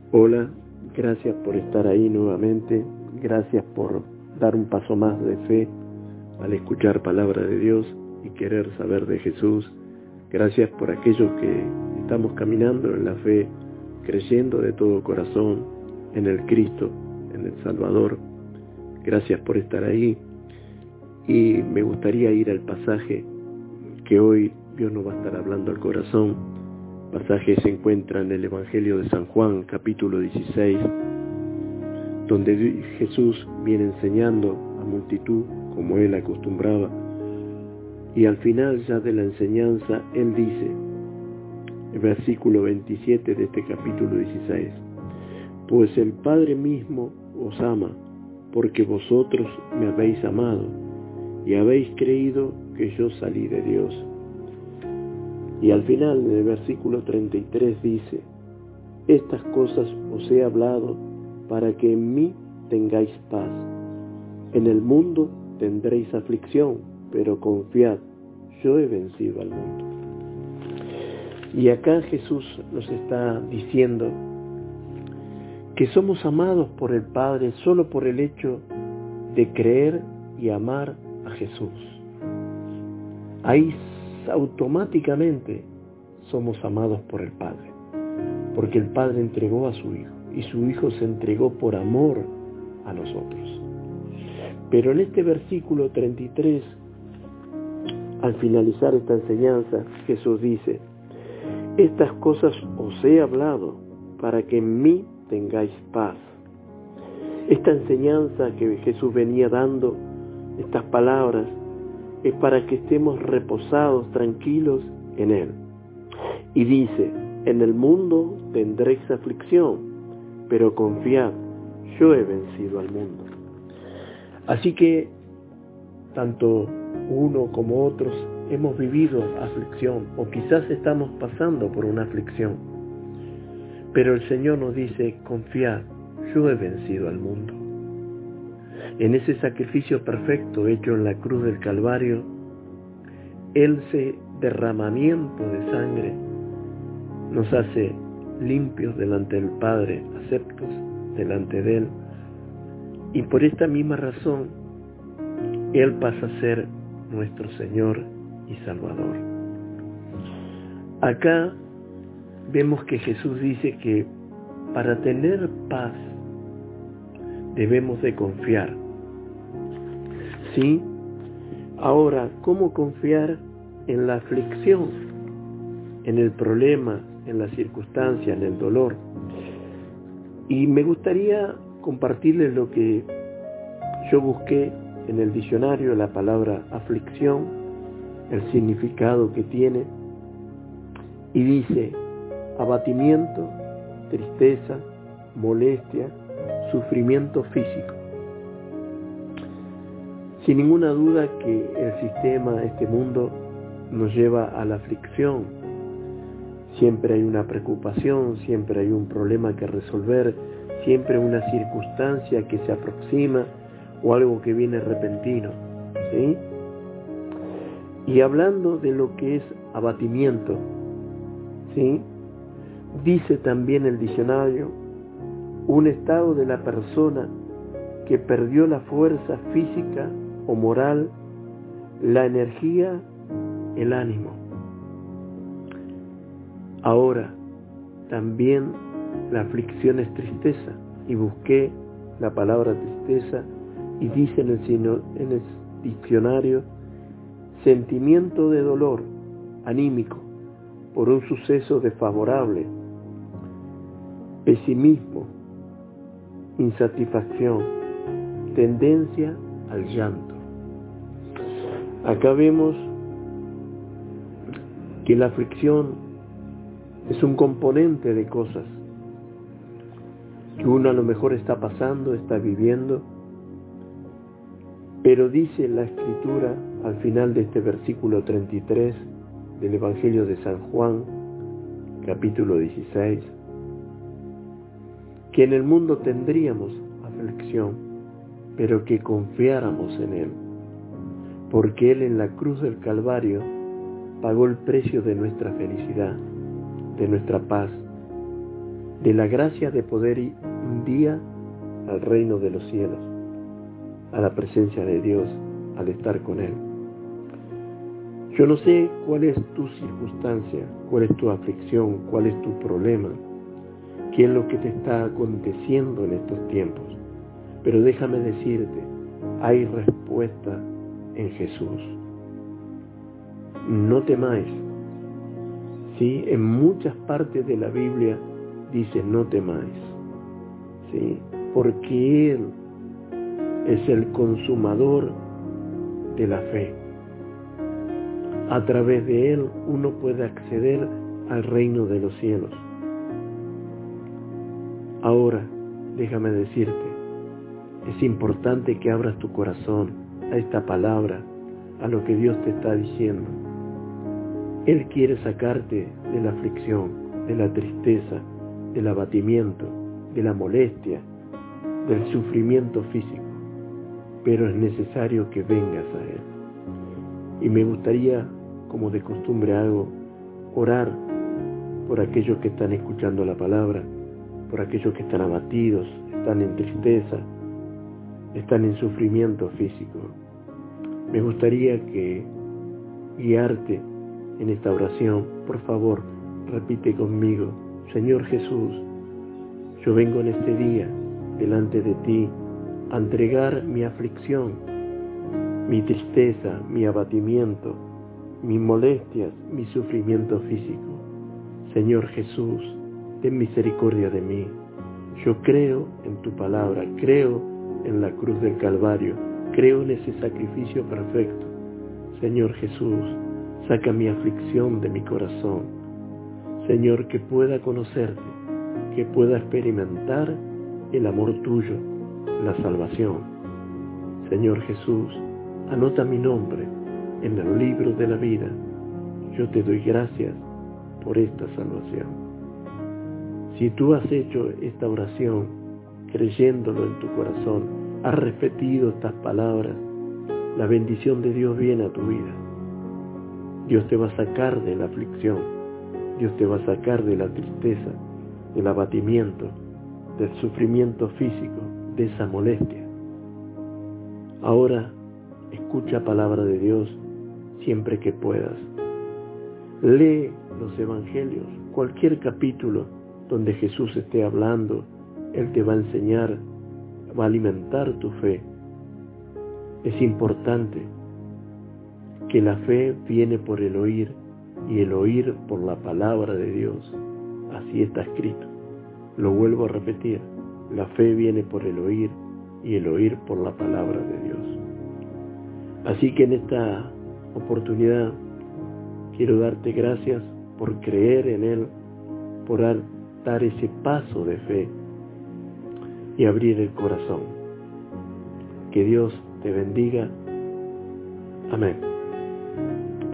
Hola, gracias por estar ahí nuevamente, gracias por dar un paso más de fe al escuchar palabra de Dios y querer saber de Jesús. Gracias por aquellos que estamos caminando en la fe, creyendo de todo corazón en el Cristo, en el Salvador. Gracias por estar ahí y me gustaría ir al pasaje que hoy Dios nos va a estar hablando al corazón. El pasaje se encuentra en el Evangelio de San Juan, capítulo 16, donde Jesús viene enseñando a multitud como él acostumbraba. Y al final ya de la enseñanza, él dice, el versículo 27 de este capítulo 16, pues el Padre mismo os ama, porque vosotros me habéis amado y habéis creído que yo salí de Dios. Y al final, en el versículo 33 dice, estas cosas os he hablado para que en mí tengáis paz. En el mundo tendréis aflicción, pero confiad, yo he vencido al mundo. Y acá Jesús nos está diciendo que somos amados por el Padre solo por el hecho de creer y amar a Jesús. Ahí automáticamente somos amados por el Padre, porque el Padre entregó a su Hijo y su Hijo se entregó por amor a nosotros. Pero en este versículo 33, al finalizar esta enseñanza, Jesús dice, estas cosas os he hablado para que en mí tengáis paz. Esta enseñanza que Jesús venía dando, estas palabras, es para que estemos reposados, tranquilos en Él. Y dice, en el mundo tendréis aflicción, pero confiad, yo he vencido al mundo. Así que, tanto uno como otros hemos vivido aflicción, o quizás estamos pasando por una aflicción. Pero el Señor nos dice, confiad, yo he vencido al mundo. En ese sacrificio perfecto hecho en la cruz del Calvario, ese derramamiento de sangre nos hace limpios delante del Padre, aceptos delante de Él. Y por esta misma razón, Él pasa a ser nuestro Señor y Salvador. Acá vemos que Jesús dice que para tener paz debemos de confiar. ¿Sí? Ahora, ¿cómo confiar en la aflicción, en el problema, en la circunstancia, en el dolor? Y me gustaría compartirles lo que yo busqué en el diccionario, la palabra aflicción, el significado que tiene, y dice abatimiento, tristeza, molestia, sufrimiento físico. Sin ninguna duda que el sistema, este mundo, nos lleva a la aflicción. Siempre hay una preocupación, siempre hay un problema que resolver, siempre una circunstancia que se aproxima o algo que viene repentino, ¿sí? Y hablando de lo que es abatimiento, ¿sí? Dice también el diccionario, un estado de la persona que perdió la fuerza física o moral, la energía, el ánimo. Ahora, también la aflicción es tristeza, y busqué la palabra tristeza, y dice en el diccionario, sentimiento de dolor anímico por un suceso desfavorable, pesimismo, insatisfacción, tendencia al llanto. Acá vemos que la aflicción es un componente de cosas que uno a lo mejor está pasando, está viviendo, pero dice la Escritura al final de este versículo 33 del Evangelio de San Juan, capítulo 16, que en el mundo tendríamos aflicción, pero que confiáramos en Él, porque Él en la cruz del Calvario pagó el precio de nuestra felicidad, de nuestra paz, de la gracia de poder ir un día al reino de los cielos, a la presencia de Dios, al estar con Él. Yo no sé cuál es tu circunstancia, cuál es tu aflicción, cuál es tu problema, qué es lo que te está aconteciendo en estos tiempos, pero déjame decirte, hay respuesta en Jesús. No temáis. ¿Sí? En muchas partes de la Biblia dice no temáis, ¿sí? Porque Él es el consumador de la fe. A través de Él uno puede acceder al reino de los cielos. Ahora, déjame decirte, es importante que abras tu corazón a esta palabra, a lo que Dios te está diciendo. Él quiere sacarte de la aflicción, de la tristeza, del abatimiento, de la molestia, del sufrimiento físico, pero es necesario que vengas a Él. Y me gustaría, como de costumbre hago, orar por aquellos que están escuchando la palabra, por aquellos que están abatidos, están en tristeza, están en sufrimiento físico. Me gustaría guiarte en esta oración. Por favor, repite conmigo: Señor Jesús, yo vengo en este día delante de ti a entregar mi aflicción, mi tristeza, mi abatimiento, mis molestias, mi sufrimiento físico. Señor Jesús, ten misericordia de mí. Yo creo en tu palabra, creo en la cruz del Calvario, creo en ese sacrificio perfecto. Señor Jesús, saca mi aflicción de mi corazón. Señor, que pueda conocerte, que pueda experimentar el amor tuyo, la salvación. Señor Jesús, anota mi nombre en el libro de la vida. Yo te doy gracias por esta salvación. Si tú has hecho esta oración creyéndolo en tu corazón, has repetido estas palabras, la bendición de Dios viene a tu vida. Dios te va a sacar de la aflicción, Dios te va a sacar de la tristeza, del abatimiento, del sufrimiento físico, de esa molestia. Ahora, escucha palabra de Dios siempre que puedas. Lee los evangelios, cualquier capítulo donde Jesús esté hablando, Él te va a enseñar, va a alimentar tu fe. Es importante que la fe viene por el oír y el oír por la palabra de Dios. Así está escrito. Lo vuelvo a repetir. La fe viene por el oír y el oír por la palabra de Dios. Así que en esta oportunidad quiero darte gracias por creer en Él, por dar ese paso de fe y abrir el corazón. Que Dios te bendiga. Amén.